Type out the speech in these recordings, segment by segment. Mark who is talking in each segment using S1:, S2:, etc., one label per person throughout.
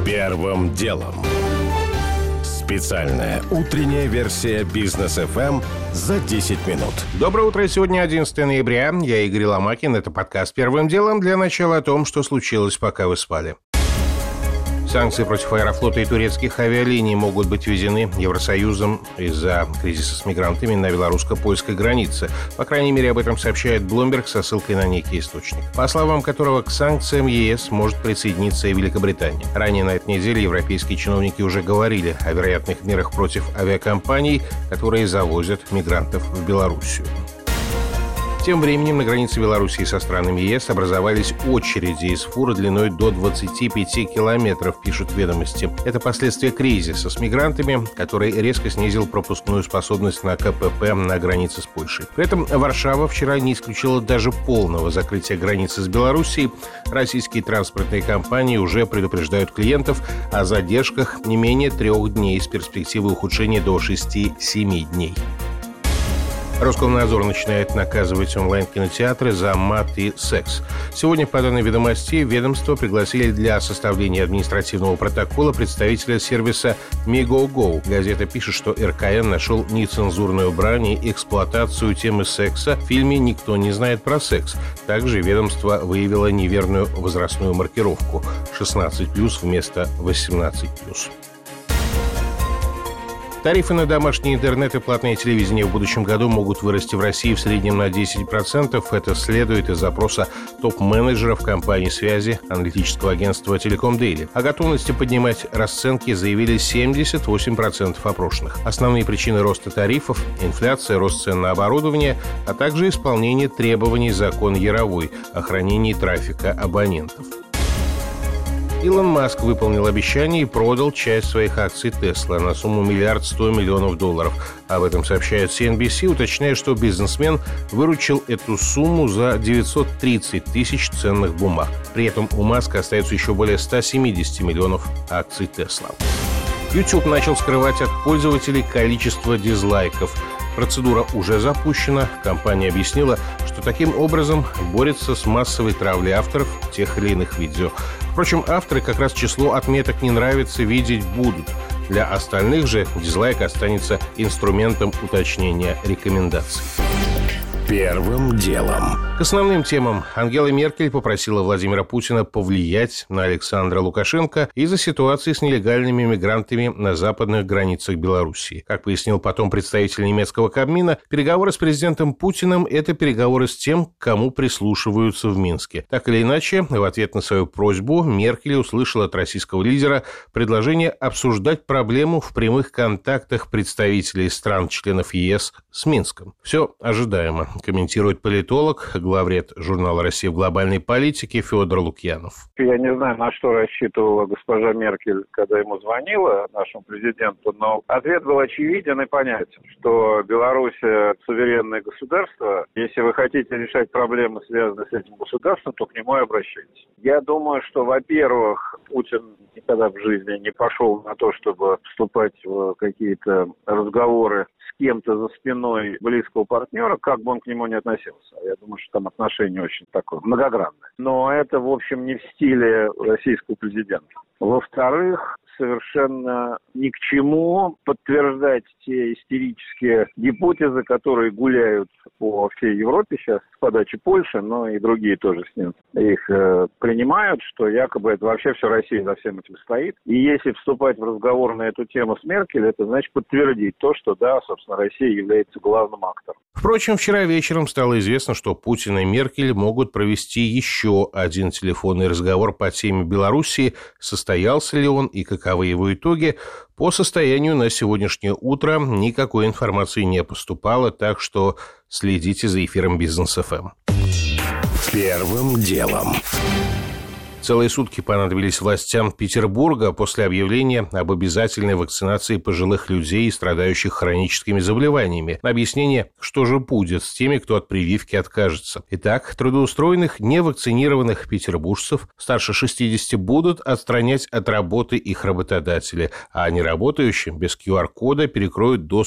S1: Первым делом. Специальная утренняя версия Бизнес ФМ за 10 минут.
S2: Доброе утро. Сегодня 11 ноября. Я Игорь Ломакин. Это подкаст «Первым делом». Для начала о том, что случилось, пока вы спали. Санкции против Аэрофлота и турецких авиалиний могут быть введены Евросоюзом из-за кризиса с мигрантами на белорусско-польской границе. По крайней мере, об этом сообщает Bloomberg со ссылкой на некий источник, по словам которого к санкциям ЕС может присоединиться и Великобритания. Ранее на этой неделе европейские чиновники уже говорили о вероятных мерах против авиакомпаний, которые завозят мигрантов в Белоруссию. Тем временем на границе Белоруссии со странами ЕС образовались очереди из фур длиной до 25 километров, пишут «Ведомости». Это последствия кризиса с мигрантами, который резко снизил пропускную способность на КПП на границе с Польшей. При этом Варшава вчера не исключила даже полного закрытия границы с Белоруссией. Российские транспортные компании уже предупреждают клиентов о задержках не менее 3 дней с перспективой ухудшения до 6-7 дней. Роскомнадзор начинает наказывать онлайн-кинотеатры за мат и секс. Сегодня, по данным «Ведомостей», ведомство пригласили для составления административного протокола представителя сервиса Megogo. Газета пишет, что РКН нашел нецензурную брань и эксплуатацию темы секса в фильме «Никто не знает про секс». Также ведомство выявило неверную возрастную маркировку 16+, вместо 18+. Тарифы на домашний интернет и платное телевидение в будущем году могут вырасти в России в среднем на 10%. Это следует из запроса топ-менеджеров компании связи аналитического агентства Telecom Daily. О готовности поднимать расценки заявили 78% опрошенных. Основные причины роста тарифов – инфляция, рост цен на оборудование, а также исполнение требований закона Яровой о хранении трафика абонентов. Илон Маск выполнил обещание и продал часть своих акций Tesla на сумму $1 100 миллионов. Об этом сообщает CNBC, уточняя, что бизнесмен выручил эту сумму за 930 тысяч ценных бумаг. При этом у Маска остается еще более 170 миллионов акций Tesla. YouTube начал скрывать от пользователей количество дизлайков. Процедура уже запущена. Компания объяснила, что таким образом борется с массовой травлей авторов тех или иных видео. Впрочем, авторы как раз число отметок «не нравится» видеть будут. Для остальных же дизлайк останется инструментом уточнения рекомендаций.
S1: Первым делом.
S2: К основным темам. Ангела Меркель попросила Владимира Путина повлиять на Александра Лукашенко из-за ситуации с нелегальными мигрантами на западных границах Белоруссии. Как пояснил потом представитель немецкого Кабмина, переговоры с президентом Путиным – это переговоры с тем, к кому прислушиваются в Минске. Так или иначе, в ответ на свою просьбу Меркель услышала от российского лидера предложение обсуждать проблему в прямых контактах представителей стран-членов ЕС с Минском. Все ожидаемо, комментирует политолог, главред журнала «Россия в глобальной политике» Федор Лукьянов.
S3: Я не знаю, на что рассчитывала госпожа Меркель, когда ему звонила, нашему президенту, но ответ был очевиден и понятен, что Беларусь суверенное государство. Если вы хотите решать проблемы, связанные с этим государством, то к нему и обращайтесь. Я думаю, что, во-первых, Путин никогда в жизни не пошел на то, чтобы вступать в какие-то разговоры с кем-то за спиной близкого партнера, как бы он к нему не относился. Я думаю, что там отношение очень такое многогранное. Но это, в общем, не в стиле российского президента. Во-вторых, совершенно ни к чему подтверждать те истерические гипотезы, которые гуляют по всей Европе сейчас с подачи Польши, но и другие тоже с ним их принимают, что якобы это вообще все Россия за всем этим стоит. И если вступать в разговор на эту тему с Меркель, это значит подтвердить то, что да, собственно, Россия является главным актором.
S2: Впрочем, вчера вечером стало известно, что Путин и Меркель могут провести еще один телефонный разговор по теме Белоруссии. Состоялся ли он и каковы его итоги? По состоянию на сегодняшнее утро никакой информации не поступало, так что следите за эфиром Бизнес ФМ.
S1: Первым делом.
S2: Целые сутки понадобились властям Петербурга после объявления об обязательной вакцинации пожилых людей, страдающих хроническими заболеваниями. На объяснение, что же будет с теми, кто от прививки откажется. Итак, трудоустроенных невакцинированных петербуржцев старше 60 будут отстранять от работы их работодатели, а неработающим без QR-кода перекроют доступ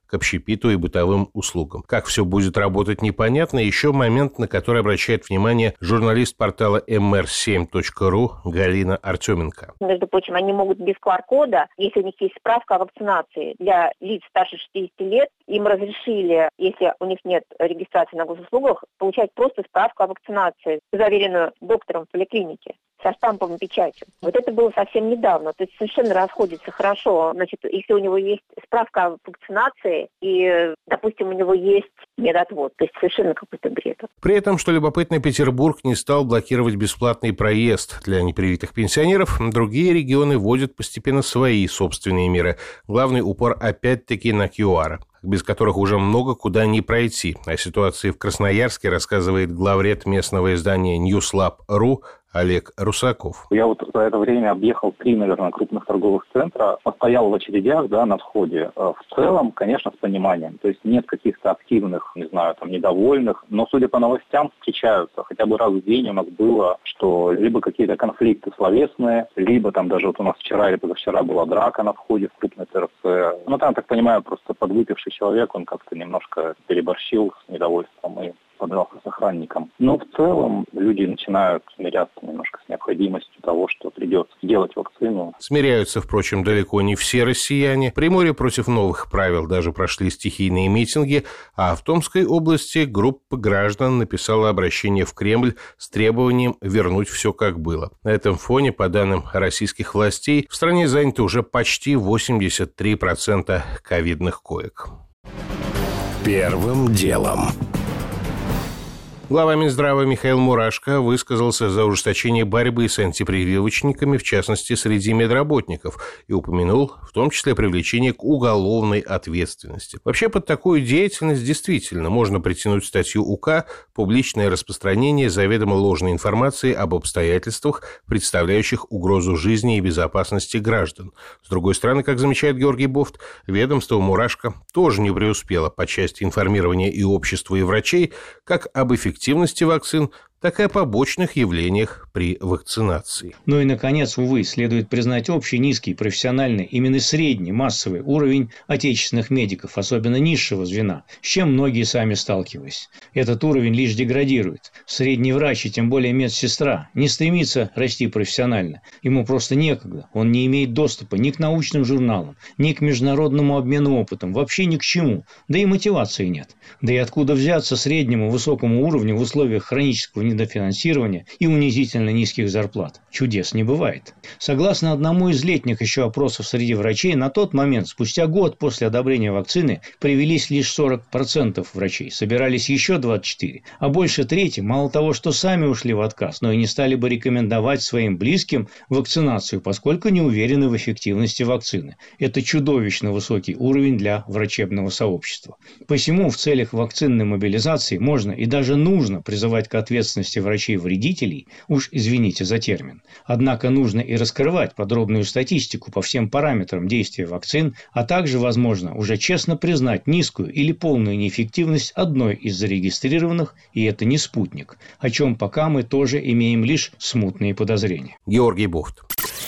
S2: к общепиту и бытовым услугам. Как все будет работать, непонятно. Еще момент, на который обращает внимание журналист портала mr7.ru Галина Артеменко.
S4: Между прочим, они могут без QR-кода, если у них есть справка о вакцинации для лиц старше 60 лет, им разрешили, если у них нет регистрации на госуслугах, получать просто справку о вакцинации, заверенную доктором в поликлинике, со штампом и печатью. Вот это было совсем недавно. То есть совершенно расходится хорошо. Значит, если у него есть справка о вакцинации и, допустим, у него есть медотвод, то есть совершенно какой-то бред.
S2: При этом, что любопытно, Петербург не стал блокировать бесплатный проезд для непривитых пенсионеров. Другие регионы вводят постепенно свои собственные меры. Главный упор опять-таки на QR, без которых уже много куда не пройти. О ситуации в Красноярске рассказывает главред местного издания Newslab.ru Олег Русаков.
S5: Я вот за это время объехал 3, наверное, крупных торговых центра, постоял в очередях, на входе. В целом, конечно, с пониманием. То есть нет каких-то активных, недовольных, но, судя по новостям, встречаются. Хотя бы раз в день у нас было, что либо какие-то конфликты словесные, либо даже вот у нас вчера или позавчера была драка на входе в крупный ТРЦ. Там, так понимаю, просто подвыпивший человек, он как-то немножко переборщил с недовольством и подрался с охранником. Но в целом люди начинают смиряться немножко с необходимостью того, что придется делать вакцину.
S2: Смиряются, впрочем, далеко не все россияне. Приморье против новых правил даже прошли стихийные митинги, а в Томской области группа граждан написала обращение в Кремль с требованием вернуть все как было. На этом фоне, по данным российских властей, в стране занято уже почти 83% ковидных коек.
S1: Первым делом.
S2: Глава Минздрава Михаил Мурашко высказался за ужесточение борьбы с антипрививочниками, в частности, среди медработников, и упомянул в том числе привлечение к уголовной ответственности. Вообще, под такую деятельность действительно можно притянуть статью УК «Публичное распространение заведомо ложной информации об обстоятельствах, представляющих угрозу жизни и безопасности граждан». С другой стороны, как замечает Георгий Бофт, ведомство Мурашко тоже не преуспело по части информирования и общества, и врачей, как об эффективности вакцин, так и о побочных явлениях при вакцинации.
S6: Ну и, наконец, увы, следует признать общий, низкий, профессиональный, именно средний, массовый уровень отечественных медиков, особенно низшего звена, с чем многие сами сталкивались. Этот уровень лишь деградирует. Средний врач, и тем более медсестра, не стремится расти профессионально. Ему просто некогда. Он не имеет доступа ни к научным журналам, ни к международному обмену опытом, вообще ни к чему. Да и мотивации нет. Да и откуда взяться среднему высокому уровню в условиях хронического недофинансирования и унизительно низких зарплат? Чудес не бывает. Согласно одному из летних еще опросов среди врачей, на тот момент, спустя год после одобрения вакцины, привились лишь 40% врачей. Собирались еще 24%. А больше трети, мало того, что сами ушли в отказ, но и не стали бы рекомендовать своим близким вакцинацию, поскольку не уверены в эффективности вакцины. Это чудовищно высокий уровень для врачебного сообщества. Посему в целях вакцинной мобилизации можно и даже нужно призывать к ответственности врачей-вредителей, уж извините за термин. Однако нужно и раскрывать подробную статистику по всем параметрам действия вакцин, а также, возможно, уже честно признать низкую или полную неэффективность одной из зарегистрированных, и это не «Спутник», о чем пока мы тоже имеем лишь смутные подозрения.
S2: Георгий Бофт.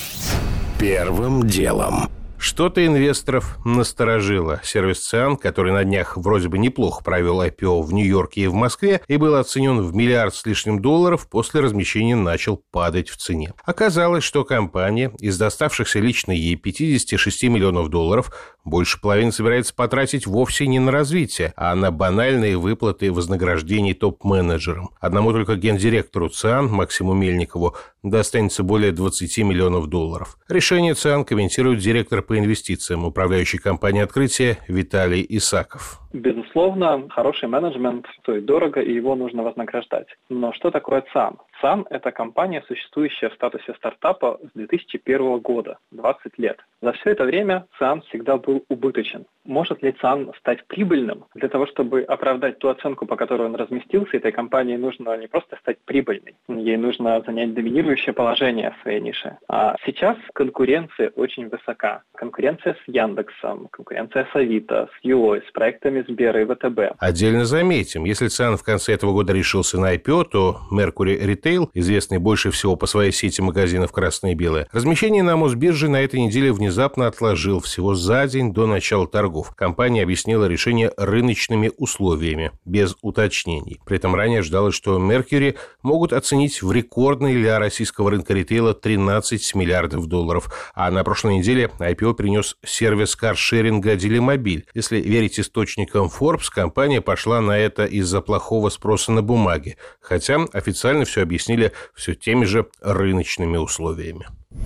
S1: Первым делом.
S2: Что-то инвесторов насторожило. Сервис Циан, который на днях вроде бы неплохо провел IPO в Нью-Йорке и в Москве и был оценен в $1 миллиард с лишним, после размещения начал падать в цене. Оказалось, что компания из доставшихся лично ей $56 миллионов больше половины собирается потратить вовсе не на развитие, а на банальные выплаты вознаграждений топ-менеджерам. Одному только гендиректору Циан, Максиму Мельникову, достанется более $20 миллионов. Решение Циан комментирует директор по инвестициям управляющей компании «Открытие» Виталий Исаков.
S7: Безусловно, хороший менеджмент стоит дорого, и его нужно вознаграждать. Но что такое ЦИАН? ЦИАН – это компания, существующая в статусе стартапа с 2001 года, 20 лет. За все это время ЦИАН всегда был убыточен. Может ли ЦИАН стать прибыльным? Для того, чтобы оправдать ту оценку, по которой он разместился, этой компании нужно не просто стать прибыльной, ей нужно занять доминирующее положение в своей нише. А сейчас конкуренция очень высока. Конкуренция с Яндексом, конкуренция с Авито, с Юлой, с проектами Сбера и ВТБ.
S2: Отдельно заметим, если ЦИАН в конце этого года решился на IPO, то Mercury Retail, известный больше всего по своей сети магазинов «Красное и белое», размещение на Мосбирже на этой неделе внезапно отложил всего за день до начала торгов. торгов. Компания объяснила решение рыночными условиями, без уточнений. При этом ранее ждалось, что Mercury могут оценить в рекордный для российского рынка ритейла 13 миллиардов долларов. А на прошлой неделе IPO принес сервис каршеринга Делимобиль. Если верить источникам Forbes, компания пошла на это из-за плохого спроса на бумаги. Хотя официально все объяснили все теми же рыночными условиями.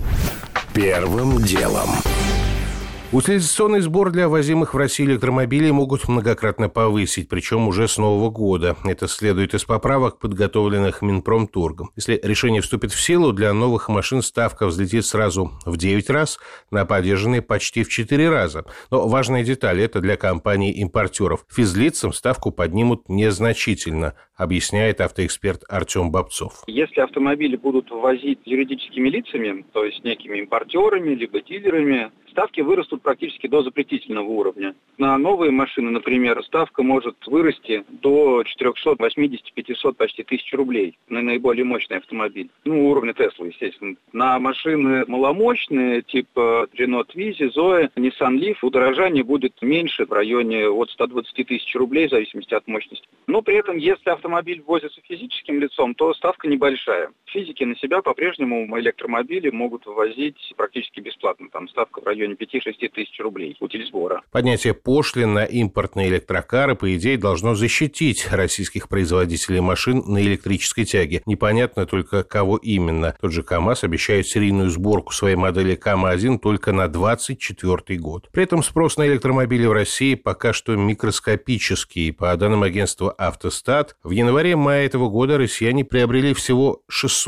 S1: Первым делом.
S2: Утилизационный сбор для ввозимых в Россию электромобилей могут многократно повысить, причем уже с нового года. Это следует из поправок, подготовленных Минпромторгом. Если решение вступит в силу, для новых машин ставка взлетит сразу в 9 раз, на подержанные почти в 4 раза. Но важная деталь – это для компаний-импортеров. Физлицам ставку поднимут незначительно, объясняет автоэксперт Артем Бобцов.
S8: Если автомобили будут ввозить юридическими лицами, то есть некими импортерами либо дилерами, ставки вырастут практически до запретительного уровня. На новые машины, например, ставка может вырасти до 480-500 почти тысяч рублей на наиболее мощный автомобиль. Уровня Tesla, естественно. На машины маломощные, типа Renault Twizy, Zoe, Nissan Leaf, удорожание будет меньше, в районе от 120 тысяч рублей, в зависимости от мощности. Но при этом, если автомобиль ввозится физическим лицом, то ставка небольшая. Физики на себя по-прежнему электромобили могут ввозить практически бесплатно. Там ставка в районе 5-6 тысяч рублей утилизбора.
S2: Поднятие пошлин на импортные электрокары, по идее, должно защитить российских производителей машин на электрической тяге. Непонятно только, кого именно. Тот же КАМАЗ обещает серийную сборку своей модели КАМАЗ-1 только на 2024 год. При этом спрос на электромобили в России пока что микроскопический. По данным агентства «Автостат», в январе-мае этого года россияне приобрели всего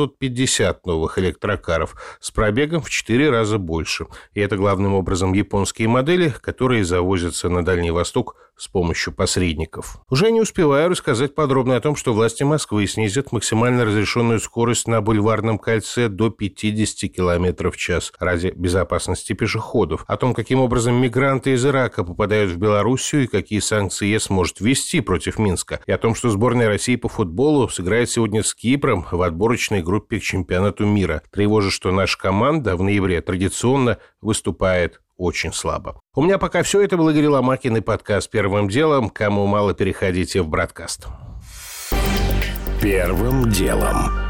S2: 650 новых электрокаров с пробегом в 4 раза больше. И это главным образом японские модели, которые завозятся на Дальний Восток с помощью посредников. Уже не успеваю рассказать подробно о том, что власти Москвы снизят максимально разрешенную скорость на Бульварном кольце до 50 км в час ради безопасности пешеходов. О том, каким образом мигранты из Ирака попадают в Белоруссию и какие санкции ЕС может ввести против Минска. И о том, что сборная России по футболу сыграет сегодня с Кипром в отборочной группе к чемпионату мира. Тревожит, что наша команда в ноябре традиционно выступает очень слабо. У меня пока все. Это был Игорь Ломакин и подкаст «Первым делом». Кому мало, переходите в Бродкаст.
S1: Первым делом.